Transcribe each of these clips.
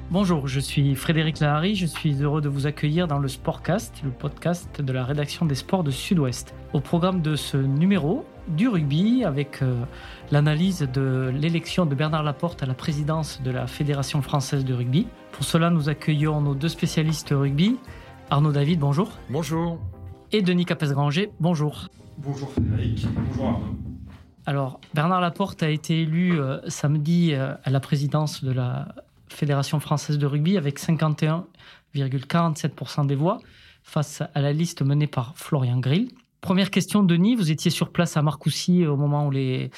Bonjour, je suis Frédéric Lahari, je suis heureux de vous accueillir dans le Sportcast, le podcast de la rédaction des sports de Sud-Ouest. Au programme de ce numéro, du rugby avec l'analyse de l'élection de Bernard Laporte à la présidence de la Fédération française de rugby. Pour cela, nous accueillons nos deux spécialistes rugby. Arnaud David, bonjour. Bonjour. Et Denis Capes-Granger, bonjour. Bonjour Frédéric, bonjour Arnaud. Alors, Bernard Laporte a été élu samedi à la présidence de la Fédération française de rugby avec 51,47% des voix face à la liste menée par Florian Grill. Première question, Denis, vous étiez sur place à Marcoussis au moment où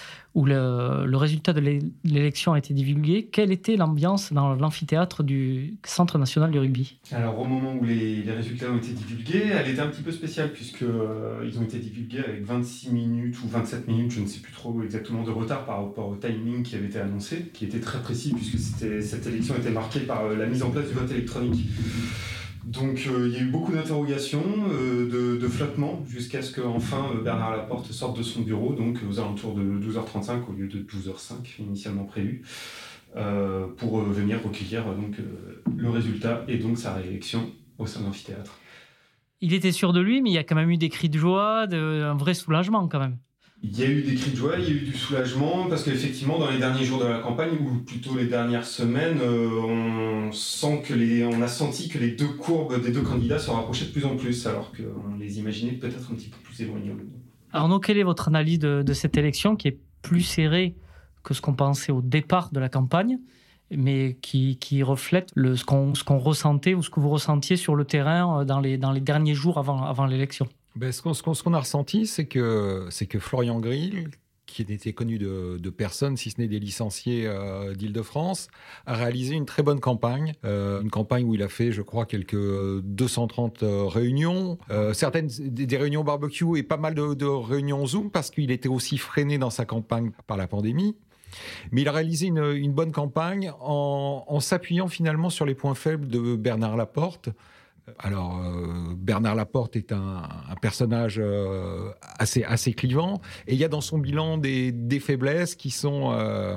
le résultat de l'élection a été divulgué. Quelle était l'ambiance dans l'amphithéâtre du Centre national du rugby ? Alors au moment où les résultats ont été divulgués, elle était un petit peu spéciale puisqu'ils ont été divulgués avec 26 minutes ou 27 minutes, je ne sais plus trop exactement, de retard par rapport au timing qui avait été annoncé, qui était très précis puisque cette élection était marquée par la mise en place du vote électronique. Donc il y a eu beaucoup d'interrogations, de flottements, jusqu'à ce qu'enfin Bernard Laporte sorte de son bureau, donc aux alentours de 12h35 au lieu de 12h05 initialement prévu, pour venir recueillir le résultat et donc sa réélection au sein de l'amphithéâtre. Il était sûr de lui, mais il y a quand même eu des cris de joie, un vrai soulagement quand même. Il y a eu des cris de joie, il y a eu du soulagement, parce qu'effectivement, dans les derniers jours de la campagne, ou plutôt les dernières semaines, on a senti que les deux courbes des deux candidats se rapprochaient de plus en plus, alors qu'on les imaginait peut-être un petit peu plus éloignés. Arnaud, quelle est votre analyse de cette élection qui est plus serrée que ce qu'on pensait au départ de la campagne, mais qui reflète ce qu'on ressentait ou ce que vous ressentiez sur le terrain dans les derniers jours avant l'élection ? Ce qu'on a ressenti, c'est que Florian Grill, qui n'était connu de personne, si ce n'est des licenciés d'Île-de-France, a réalisé une très bonne campagne. Une campagne où il a fait, je crois, quelques 230 réunions, certaines des réunions barbecue et pas mal de réunions Zoom, parce qu'il était aussi freiné dans sa campagne par la pandémie. Mais il a réalisé une bonne campagne en s'appuyant finalement sur les points faibles de Bernard Laporte. Alors, Bernard Laporte est un personnage assez clivant, et il y a dans son bilan des faiblesses qui sont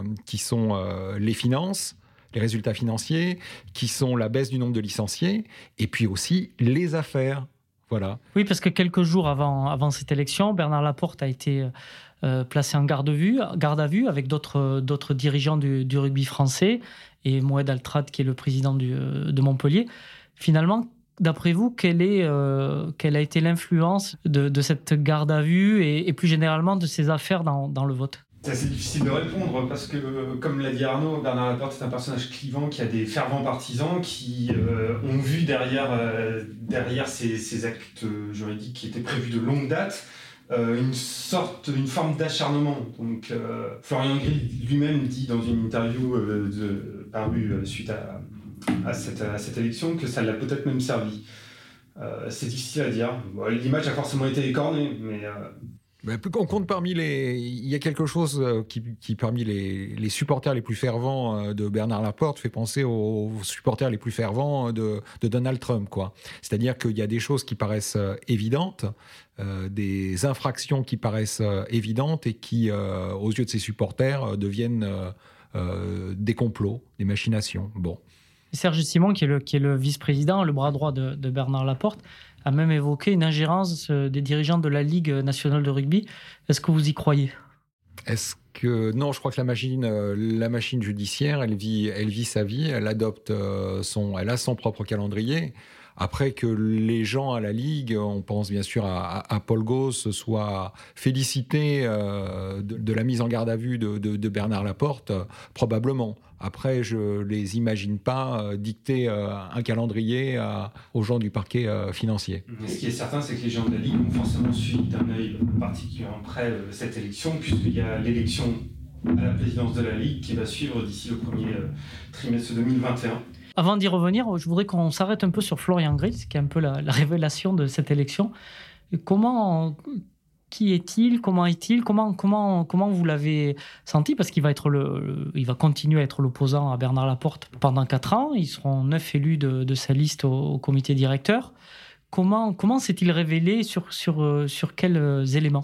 les finances, les résultats financiers, qui sont la baisse du nombre de licenciés, et puis aussi les affaires. Voilà. Oui, parce que quelques jours avant cette élection, Bernard Laporte a été placé en garde à vue avec d'autres dirigeants du rugby français, et Moed Altrad, qui est le président de Montpellier. Finalement, d'après vous, quelle a été l'influence de cette garde à vue et plus généralement de ces affaires dans le vote ? C'est assez difficile de répondre parce que, comme l'a dit Arnaud, Bernard Laporte est un personnage clivant qui a des fervents partisans qui ont vu derrière ces actes juridiques qui étaient prévus de longue date une forme d'acharnement. Donc, Florian Grill lui-même dit dans une interview parue suite à cette élection que ça l'a peut-être même servi. C'est difficile à dire. Bon, l'image a forcément été écornée, mais... On compte il y a quelque chose qui parmi les supporters les plus fervents de Bernard Laporte fait penser aux supporters les plus fervents de Donald Trump, quoi. C'est-à-dire qu'il y a des choses qui paraissent évidentes, des infractions qui paraissent évidentes et qui, aux yeux de ses supporters, deviennent des complots, des machinations. Bon. Serge Simon, qui est le vice-président, le bras droit de Bernard Laporte, a même évoqué une ingérence des dirigeants de la Ligue nationale de rugby. Est-ce que vous y croyez ? Non, je crois que la machine judiciaire, elle vit sa vie, elle a son propre calendrier. Après que les gens à la Ligue, on pense bien sûr à Paul Gauss, soient félicités de la mise en garde à vue de Bernard Laporte, probablement. Après, je ne les imagine pas dicter un calendrier aux gens du parquet financier. Ce qui est certain, c'est que les gens de la Ligue ont forcément suivi d'un œil particulièrement près cette élection, puisqu'il y a l'élection à la présidence de la Ligue qui va suivre d'ici le premier trimestre 2021. Avant d'y revenir, je voudrais qu'on s'arrête un peu sur Florian Grill, qui est un peu la révélation de cette élection. Qui est-il ? Comment est-il ? Comment vous l'avez senti ? Parce qu'il va continuer à être l'opposant à Bernard Laporte pendant 4 ans. Ils seront 9 élus de sa liste au comité directeur. Comment s'est-il révélé sur quels éléments ?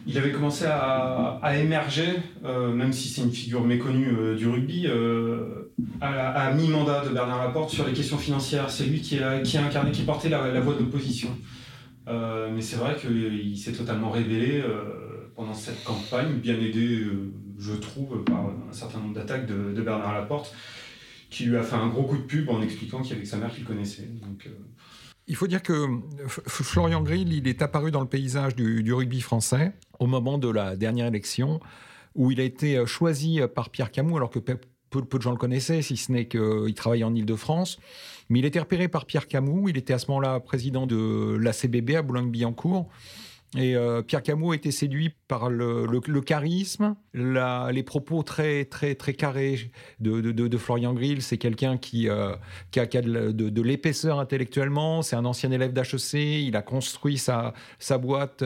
Il avait commencé à émerger, même si c'est une figure méconnue du rugby, à mi-mandat de Bernard Laporte sur les questions financières. C'est lui qui a incarné, qui portait la voix de l'opposition. Mais c'est vrai qu'il s'est totalement révélé pendant cette campagne, bien aidé, je trouve, par un certain nombre d'attaques de Bernard Laporte, qui lui a fait un gros coup de pub en expliquant qu'il y avait que sa mère qu'il connaissait. Donc, il faut dire que Florian Grill, il est apparu dans le paysage du rugby français au moment de la dernière élection, où il a été choisi par Pierre Camus, alors que peu de gens le connaissaient, si ce n'est qu'il travaillait en Île-de-France. Mais il était repéré par Pierre Camus. Il était à ce moment-là président de l'ACBB à Boulogne-Billancourt. Et Pierre Camus a été séduit par le charisme, les propos très, très, très carrés de Florian Grill. C'est quelqu'un qui a de l'épaisseur intellectuellement. C'est un ancien élève d'HEC. Il a construit sa boîte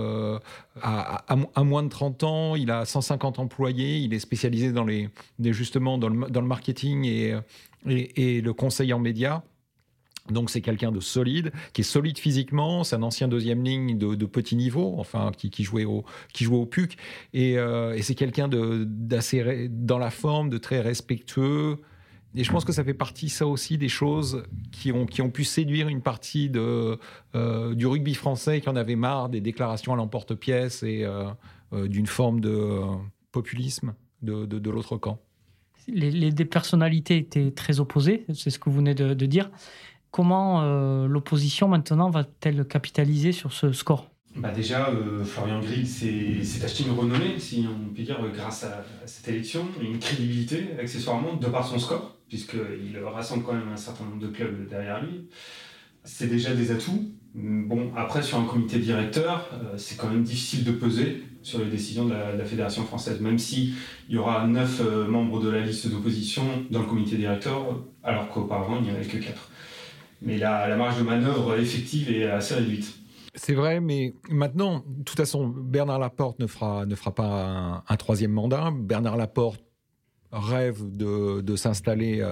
à moins de 30 ans. Il a 150 employés. Il est spécialisé justement dans le marketing et le conseil en médias. Donc c'est quelqu'un de solide, qui est solide physiquement. C'est un ancien deuxième ligne de petit niveau, enfin qui jouait au PUC. Et c'est quelqu'un d'assez dans la forme, de très respectueux. Et je pense que ça fait partie, ça aussi, des choses qui ont pu séduire une partie du rugby français qui en avait marre des déclarations à l'emporte-pièce et d'une forme de populisme de l'autre camp. Les personnalités étaient très opposées, c'est ce que vous venez de dire. Comment l'opposition maintenant va-t-elle capitaliser sur ce score ? Déjà, Florian Grill s'est acheté une renommée, si on peut dire, grâce à cette élection, une crédibilité accessoirement de par son score, puisqu'il rassemble quand même un certain nombre de clubs derrière lui. C'est déjà des atouts. Bon, après, sur un comité directeur, c'est quand même difficile de peser sur les décisions de la Fédération française, même s'il y aura 9 membres de la liste d'opposition dans le comité directeur, alors qu'auparavant, il n'y en avait que 4. Mais la marge de manœuvre effective est assez réduite. C'est vrai, mais maintenant, de toute façon, Bernard Laporte ne fera pas un troisième mandat. Bernard Laporte rêve de s'installer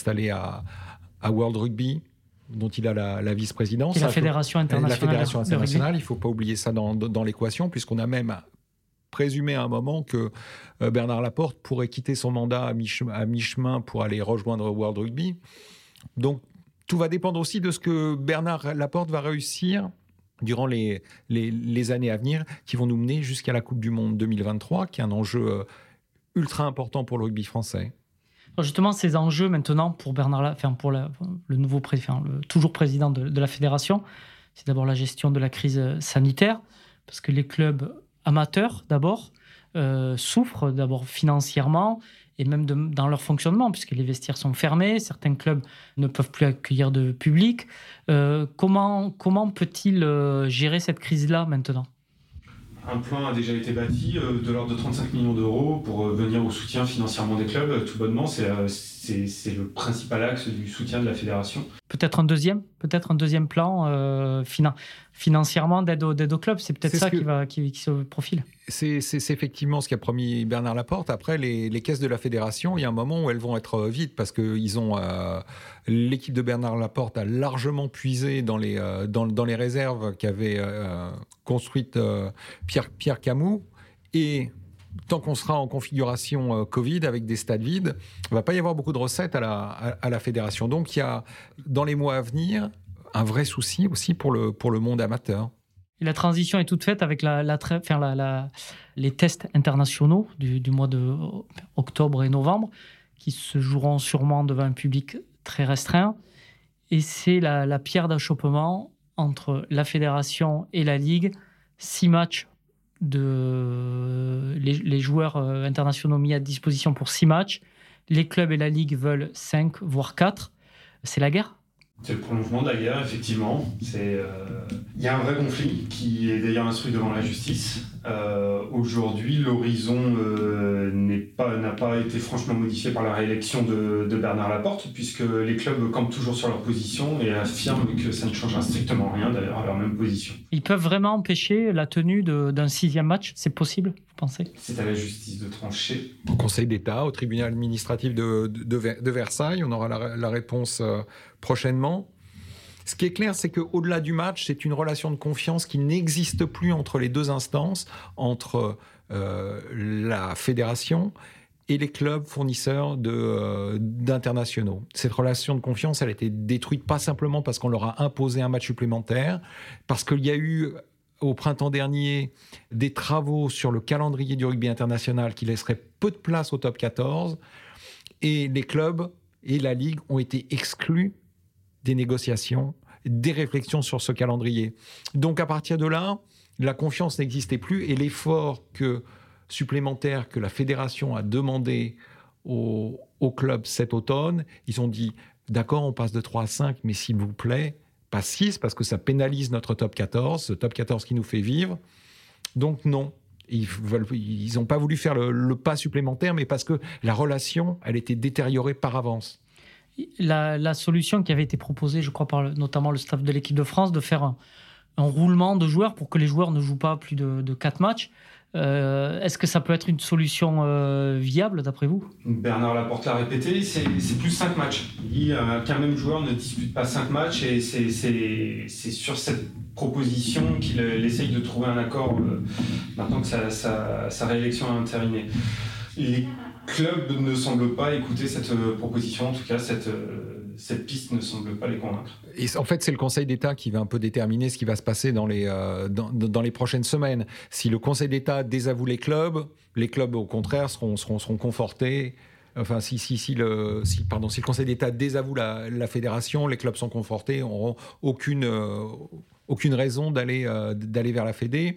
à World Rugby, dont il a la vice-présidence. Et la Fédération internationale. Il ne faut pas oublier ça dans l'équation, puisqu'on a même présumé à un moment que Bernard Laporte pourrait quitter son mandat à mi-chemin pour aller rejoindre World Rugby. Donc, tout va dépendre aussi de ce que Bernard Laporte va réussir durant les années à venir, qui vont nous mener jusqu'à la Coupe du Monde 2023, qui est un enjeu ultra important pour le rugby français. Alors justement, ces enjeux maintenant pour pour le nouveau toujours président de la fédération, c'est d'abord la gestion de la crise sanitaire, parce que les clubs amateurs d'abord souffrent d'abord financièrement et même dans leur fonctionnement, puisque les vestiaires sont fermés, certains clubs ne peuvent plus accueillir de public. Comment peut-il gérer cette crise-là maintenant ? Un plan a déjà été bâti de l'ordre de 35 millions d'euros pour venir au soutien financièrement des clubs. Tout bonnement, c'est le principal axe du soutien de la fédération. Peut-être un deuxième plan financièrement d'aide aux clubs. C'est peut-être ça qui se profile. C'est effectivement ce qu'a promis Bernard Laporte. Après, les caisses de la fédération, il y a un moment où elles vont être vides parce que l'équipe de Bernard Laporte a largement puisé dans les réserves qu'avait construites Pierre Camus. Et tant qu'on sera en configuration Covid avec des stades vides, il ne va pas y avoir beaucoup de recettes à la fédération. Donc il y a, dans les mois à venir, un vrai souci aussi pour le monde amateur. Et la transition est toute faite avec les tests internationaux du mois d'octobre et novembre, qui se joueront sûrement devant un public très restreint. Et c'est la pierre d'achoppement entre la fédération et la Ligue. 6 matchs les joueurs internationaux mis à disposition pour 6 matchs. Les clubs et la Ligue veulent 5, voire 4. C'est la guerre ? C'est le prolongement de la guerre, effectivement. Il y a un vrai conflit qui est d'ailleurs instruit devant la justice. Aujourd'hui, l'horizon n'a pas été franchement modifié par la réélection de Bernard Laporte, puisque les clubs campent toujours sur leur position et affirment que ça ne changera strictement rien, d'ailleurs, à leur même position. Ils peuvent vraiment empêcher la tenue d'un 6e match ? C'est possible, vous pensez ? C'est à la justice de trancher. Au Conseil d'État, au tribunal administratif de Versailles, on aura la réponse prochainement. Ce qui est clair, c'est qu'au-delà du match, c'est une relation de confiance qui n'existe plus entre les deux instances, entre la fédération et les clubs fournisseurs d'internationaux. Cette relation de confiance, elle a été détruite pas simplement parce qu'on leur a imposé un match supplémentaire, parce qu'il y a eu au printemps dernier des travaux sur le calendrier du rugby international qui laisseraient peu de place au top 14, et les clubs et la Ligue ont été exclus des négociations, des réflexions sur ce calendrier. Donc à partir de là, la confiance n'existait plus, et l'effort supplémentaire que la fédération a demandé au club cet automne, ils ont dit d'accord, on passe de 3 à 5, mais s'il vous plaît, pas 6, parce que ça pénalise notre top 14, ce top 14 qui nous fait vivre. Donc non, ils n'ont pas voulu faire le pas supplémentaire, mais parce que la relation, elle était détériorée par avance. La solution qui avait été proposée, je crois, par notamment le staff de l'équipe de France, de faire un roulement de joueurs pour que les joueurs ne jouent pas plus de 4 matchs. Est-ce que ça peut être une solution viable, d'après vous ? Bernard Laporte l'a répété, c'est plus 5 matchs. Il dit qu'un même joueur ne dispute pas 5 matchs, et c'est sur cette proposition qu'il essaye de trouver un accord maintenant que sa réélection a terminé. Les clubs ne semblent pas écouter cette proposition, en tout cas cette piste ne semble pas les convaincre. Et en fait, c'est le Conseil d'État qui va un peu déterminer ce qui va se passer dans les prochaines semaines. Si le Conseil d'État désavoue les clubs au contraire seront confortés. Enfin, si le Conseil d'État désavoue la fédération, les clubs sont confortés, n'auront aucune raison d'aller vers la Fédé.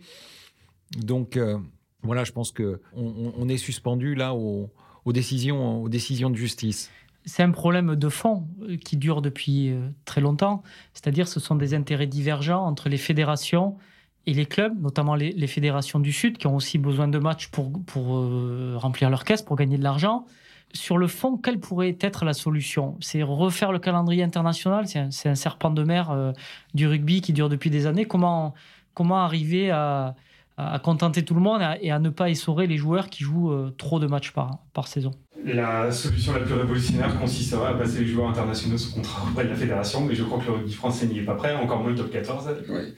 Donc voilà, je pense qu'on est suspendu là aux décisions de justice. C'est un problème de fond qui dure depuis très longtemps. C'est-à-dire ce sont des intérêts divergents entre les fédérations et les clubs, notamment les fédérations du Sud, qui ont aussi besoin de matchs pour remplir leur caisse, pour gagner de l'argent. Sur le fond, quelle pourrait être la solution ? C'est refaire le calendrier international, c'est un serpent de mer du rugby qui dure depuis des années. Comment arriver à contenter tout le monde et à ne pas essorer les joueurs qui jouent trop de matchs par saison ? La solution la plus révolutionnaire consisterait à passer les joueurs internationaux sous contrat auprès de la fédération, mais je crois que le rugby français n'y est pas prêt, encore moins le top 14. Oui.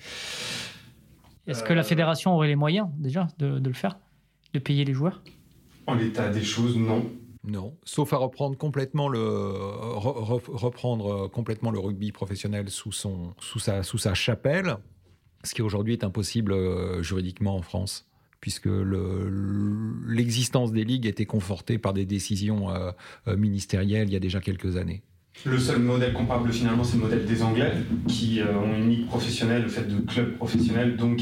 Est-ce que la fédération aurait les moyens déjà de le faire, de payer les joueurs ? En l'état des choses, non. Non, sauf à reprendre complètement le rugby professionnel sous sa chapelle, ce qui aujourd'hui est impossible juridiquement en France, puisque l'existence des ligues était confortée par des décisions ministérielles il y a déjà quelques années. Le seul modèle comparable finalement, c'est le modèle des Anglais, qui ont une ligue professionnelle, le fait de clubs professionnels. Donc,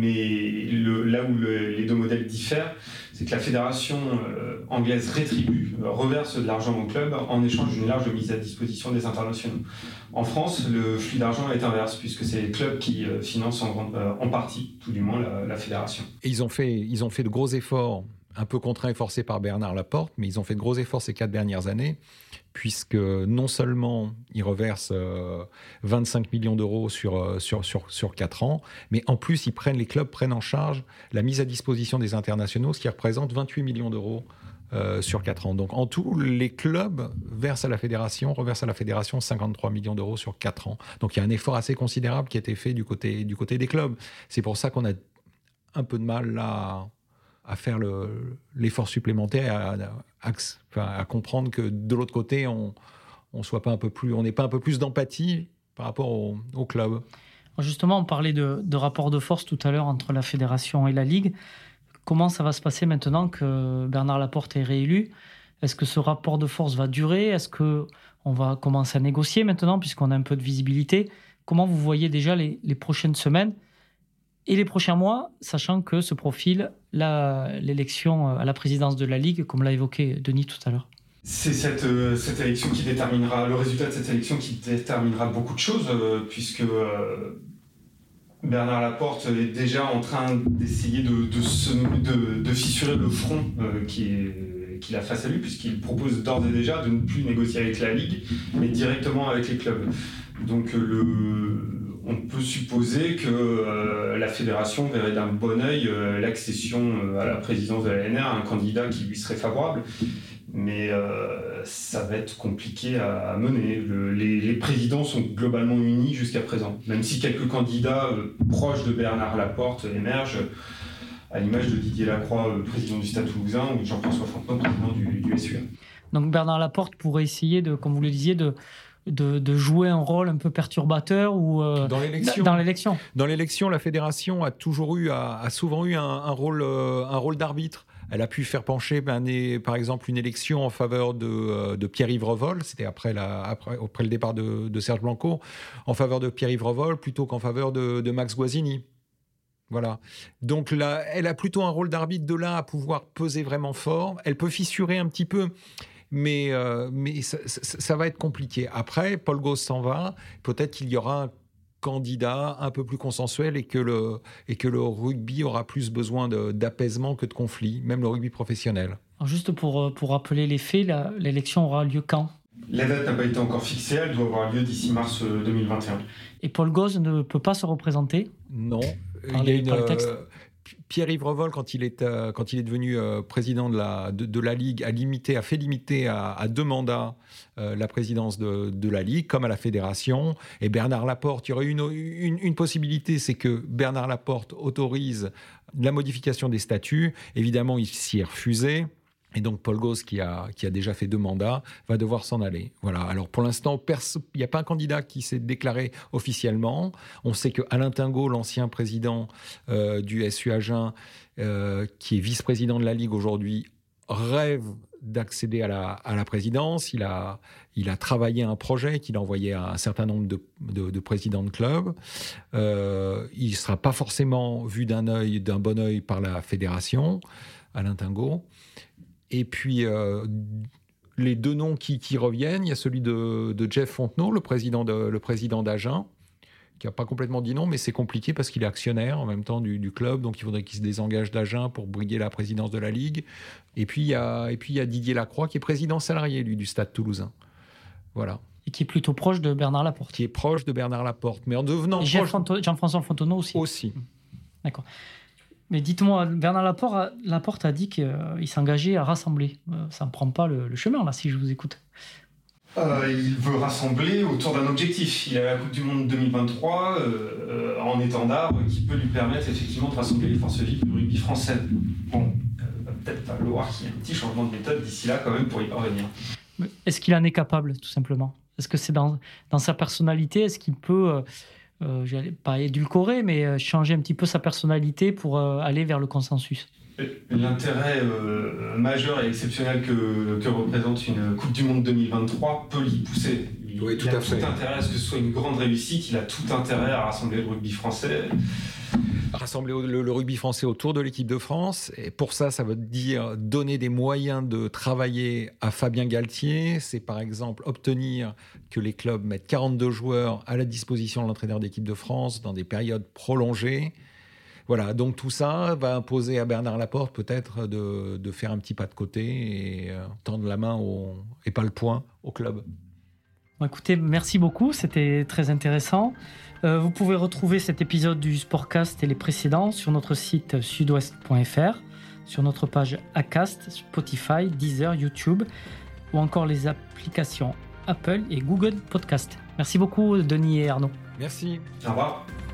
là où les deux modèles diffèrent, c'est que la fédération anglaise reverse de l'argent au club en échange d'une large mise à disposition des internationaux. En France, le flux d'argent est inverse, puisque c'est les clubs qui financent en partie, tout du moins, la fédération. Et ils ont fait de gros efforts, un peu contraints et forcés par Bernard Laporte, mais ils ont fait de gros efforts ces 4 dernières années, puisque non seulement ils reversent 25 millions d'euros sur 4 ans, mais en plus les clubs prennent en charge la mise à disposition des internationaux, ce qui représente 28 millions d'euros sur 4 ans. Donc en tout, les clubs reversent à la fédération 53 millions d'euros sur 4 ans. Donc il y a un effort assez considérable qui a été fait du côté des clubs. C'est pour ça qu'on a un peu de mal là à faire l'effort supplémentaire, à comprendre que de l'autre côté, on n'ait pas un peu plus d'empathie par rapport au club. Justement, on parlait de rapport de force tout à l'heure entre la fédération et la Ligue. Comment ça va se passer maintenant que Bernard Laporte est réélu ? Est-ce que ce rapport de force va durer ? Est-ce qu'on va commencer à négocier maintenant, puisqu'on a un peu de visibilité ? Comment vous voyez déjà les prochaines semaines et les prochains mois, sachant que se profile l'élection à la présidence de la Ligue, comme l'a évoqué Denis tout à l'heure? C'est cette élection qui déterminera, le résultat de cette élection qui déterminera beaucoup de choses, puisque Bernard Laporte est déjà en train d'essayer de fissurer le front qu'il a face à lui, puisqu'il propose d'ores et déjà de ne plus négocier avec la Ligue, mais directement avec les clubs. Donc on peut supposer que la fédération verrait d'un bon œil l'accession à la présidence de la LNR à un candidat qui lui serait favorable. mais ça va être compliqué à mener. Les présidents sont globalement unis jusqu'à présent, même si quelques candidats proches de Bernard Laporte émergent, à l'image de Didier Lacroix, président du Stade Toulousain, ou de Jean-François Fontenot, président du SUA. Donc Bernard Laporte pourrait essayer, comme vous le disiez, de jouer un rôle un peu perturbateur ou dans l'élection. Dans l'élection, la fédération a souvent eu un rôle d'arbitre. Elle a pu faire pencher, par exemple, une élection en faveur de Pierre-Yves Revol, c'était après le départ de Serge Blanco, en faveur de Pierre-Yves Revol plutôt qu'en faveur de Max Guazzini. Voilà. Donc là, elle a plutôt un rôle d'arbitre, de là à pouvoir peser vraiment fort. Elle peut fissurer un petit peu, mais ça va être compliqué. Après, Paul Gauze s'en va. Peut-être qu'il y aura un candidat un peu plus consensuel et que le rugby aura plus besoin d'apaisement que de conflit, même le rugby professionnel. Alors juste pour rappeler les faits, l'élection aura lieu quand ? La date n'a pas été encore fixée, elle doit avoir lieu d'ici mars 2021. Et Paul Gauze ne peut pas se représenter ? Non. Pierre-Yves Revol, quand il est devenu président de la Ligue, a fait limiter à 2 mandats la présidence de la Ligue, comme à la Fédération. Et Bernard Laporte, il y aurait une possibilité, c'est que Bernard Laporte autorise la modification des statuts. Évidemment, il s'y est refusé. Et donc, Paul Gauze, qui a déjà fait 2 mandats, va devoir s'en aller. Voilà. Alors, pour l'instant, il n'y a pas un candidat qui s'est déclaré officiellement. On sait que Alain Tingaud, l'ancien président du SU Agen, qui est vice-président de la Ligue aujourd'hui, rêve d'accéder à la présidence. Il a travaillé un projet qu'il a envoyé à un certain nombre de présidents de clubs. Il ne sera pas forcément vu d'un bon œil par la fédération, Alain Tingaud. Et puis, les 2 noms qui reviennent, il y a celui de Jeff Fontenot, le président d'Agen, qui n'a pas complètement dit non, mais c'est compliqué parce qu'il est actionnaire en même temps du club, donc il faudrait qu'il se désengage d'Agen pour briguer la présidence de la Ligue. Et puis, il y a Didier Lacroix, qui est président salarié, lui, du Stade Toulousain. Voilà. Et qui est plutôt proche de Bernard Laporte. Qui est proche de Bernard Laporte, mais en devenant Jean-François Fontenot aussi. Aussi. D'accord. Mais dites-moi, Bernard Laporte a dit qu'il s'engageait à rassembler. Ça ne prend pas le chemin, là, si je vous écoute. Il veut rassembler autour d'un objectif. Il a la Coupe du Monde 2023 en étendard qui peut lui permettre effectivement de rassembler les forces vives du rugby français. Bon, il va peut-être falloir qu'il y ait un petit changement de méthode d'ici là quand même pour y parvenir. Est-ce qu'il en est capable, tout simplement ? Est-ce que c'est dans sa personnalité ? Est-ce qu'il peut... j'allais pas édulcorer, mais changer un petit peu sa personnalité pour aller vers le consensus. L'intérêt majeur et exceptionnel que représente une Coupe du Monde 2023 peut l'y pousser. Il a tout intérêt à ce que ce soit une grande réussite, il a tout intérêt à rassembler le rugby français. Rassembler le rugby français autour de l'équipe de France. Et pour ça veut dire donner des moyens de travailler à Fabien Galtier. C'est par exemple obtenir que les clubs mettent 42 joueurs à la disposition de l'entraîneur d'équipe de France dans des périodes prolongées. Voilà, donc tout ça va imposer à Bernard Laporte peut-être de faire un petit pas de côté et tendre la main et pas le poing au club. Bon, écoutez, merci beaucoup, c'était très intéressant. Vous pouvez retrouver cet épisode du Sportcast et les précédents sur notre site sudouest.fr, sur notre page Acast, Spotify, Deezer, YouTube ou encore les applications Apple et Google Podcast. Merci beaucoup Denis et Arnaud. Merci. Au revoir.